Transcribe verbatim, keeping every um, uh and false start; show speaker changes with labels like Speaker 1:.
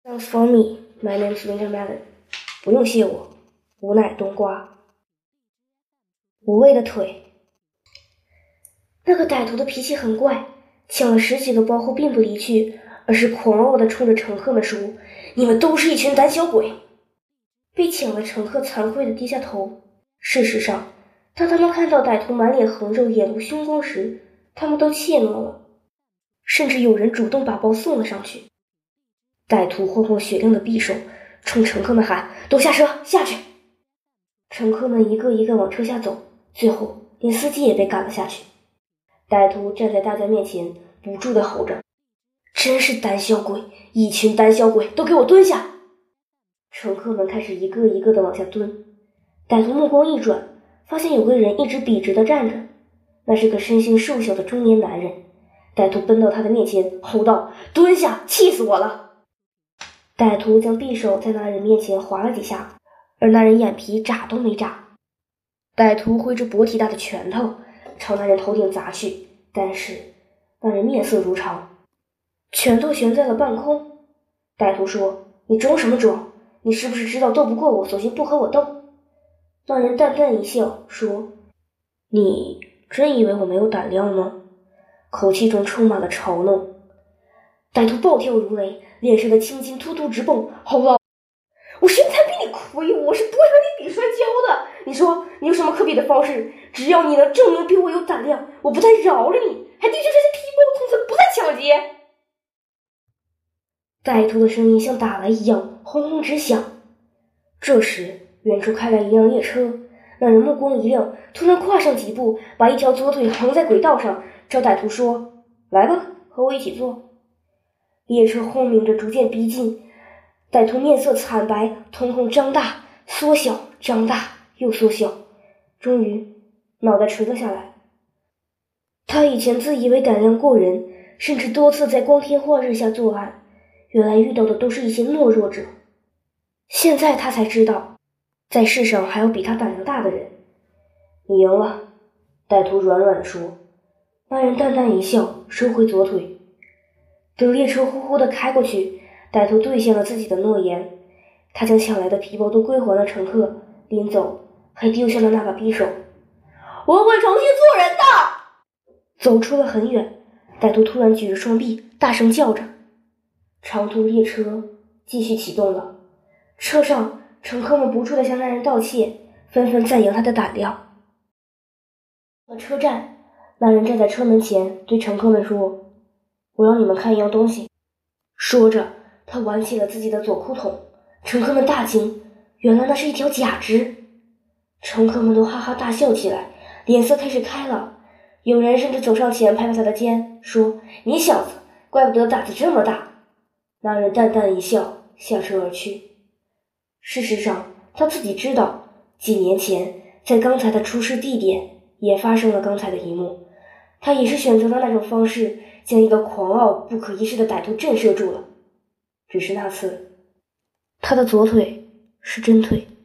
Speaker 1: Thanks for me, my name's Winter Melon。不用谢我，吾乃冬瓜。无谓的腿。那个歹徒的脾气很怪，抢了十几个包后并不离去，而是狂傲地冲着乘客们说：“你们都是一群胆小鬼！”被抢的乘客惭愧地低下头。事实上，当他们看到歹徒满脸横肉、眼露凶光时，他们都怯懦了，甚至有人主动把包送了上去。歹徒晃晃雪亮的匕首，冲乘客们喊：“都下车，下去！”乘客们一个一个往车下走，最后连司机也被赶了下去。歹徒站在大家面前，不住地吼着：“真是胆小鬼，一群胆小鬼，都给我蹲下！”乘客们开始一个一个地往下蹲。歹徒目光一转，发现有个人一直笔直地站着，那是个身形瘦小的中年男人。歹徒奔到他的面前，吼道：“蹲下！气死我了！”歹徒将匕首在那人面前划了几下，而那人眼皮眨都没眨。歹徒挥着薄体大的拳头朝那人头顶砸去，但是那人面色如常，拳头悬在了半空。歹徒说：“你装什么装？你是不是知道斗不过我，索性不和我斗？”那人淡淡一笑说：“你真以为我没有胆量吗？”口气中充满了嘲弄。歹徒暴跳如雷，脸上的青筋突突直蹦，吼道：“我身材比你魁梧，我是不会和你比摔跤的。你说你有什么可比的方式？只要你能证明比我有胆量，我不但饶了你，还丢下这些皮包，从此不再抢劫。”歹徒的声音像打来一样轰轰直响。这时远处开来一辆列车，那人目光一亮，突然跨上几步，把一条左腿横在轨道上，朝歹徒说：“来吧，和我一起坐。”列车轰鸣着逐渐逼近，歹徒面色惨白，瞳孔张大缩小，张大又缩小，终于脑袋垂了下来。他以前自以为胆量过人，甚至多次在光天化日下作案，原来遇到的都是一些懦弱者。现在他才知道，在世上还有比他胆量大的人。“你赢了。”歹徒软软地说。那人淡淡一笑，收回左腿。等列车呼呼地开过去，歹徒兑现了自己的诺言，他将抢来的皮包都归还了乘客，临走还丢下了那把匕首。“我会重新做人的！”走出了很远，歹徒突然举着双臂大声叫着。长途列车继续启动了，车上乘客们不住地向那人道谢，纷纷赞扬他的胆量。到了车站，那人站在车门前对乘客们说：“我让你们看一样东西。”说着他挽起了自己的左裤筒，乘客们大惊，原来那是一条假肢。乘客们都哈哈大笑起来，脸色开始开了，有人甚至走上前拍拍他的肩说：“你小子怪不得胆子这么大。”那人淡淡一笑，下车而去。事实上他自己知道，几年前在刚才的出事地点也发生了刚才的一幕，他也是选择了那种方式将一个狂傲不可一世的歹徒震慑住了。只是那次他的左腿是真腿。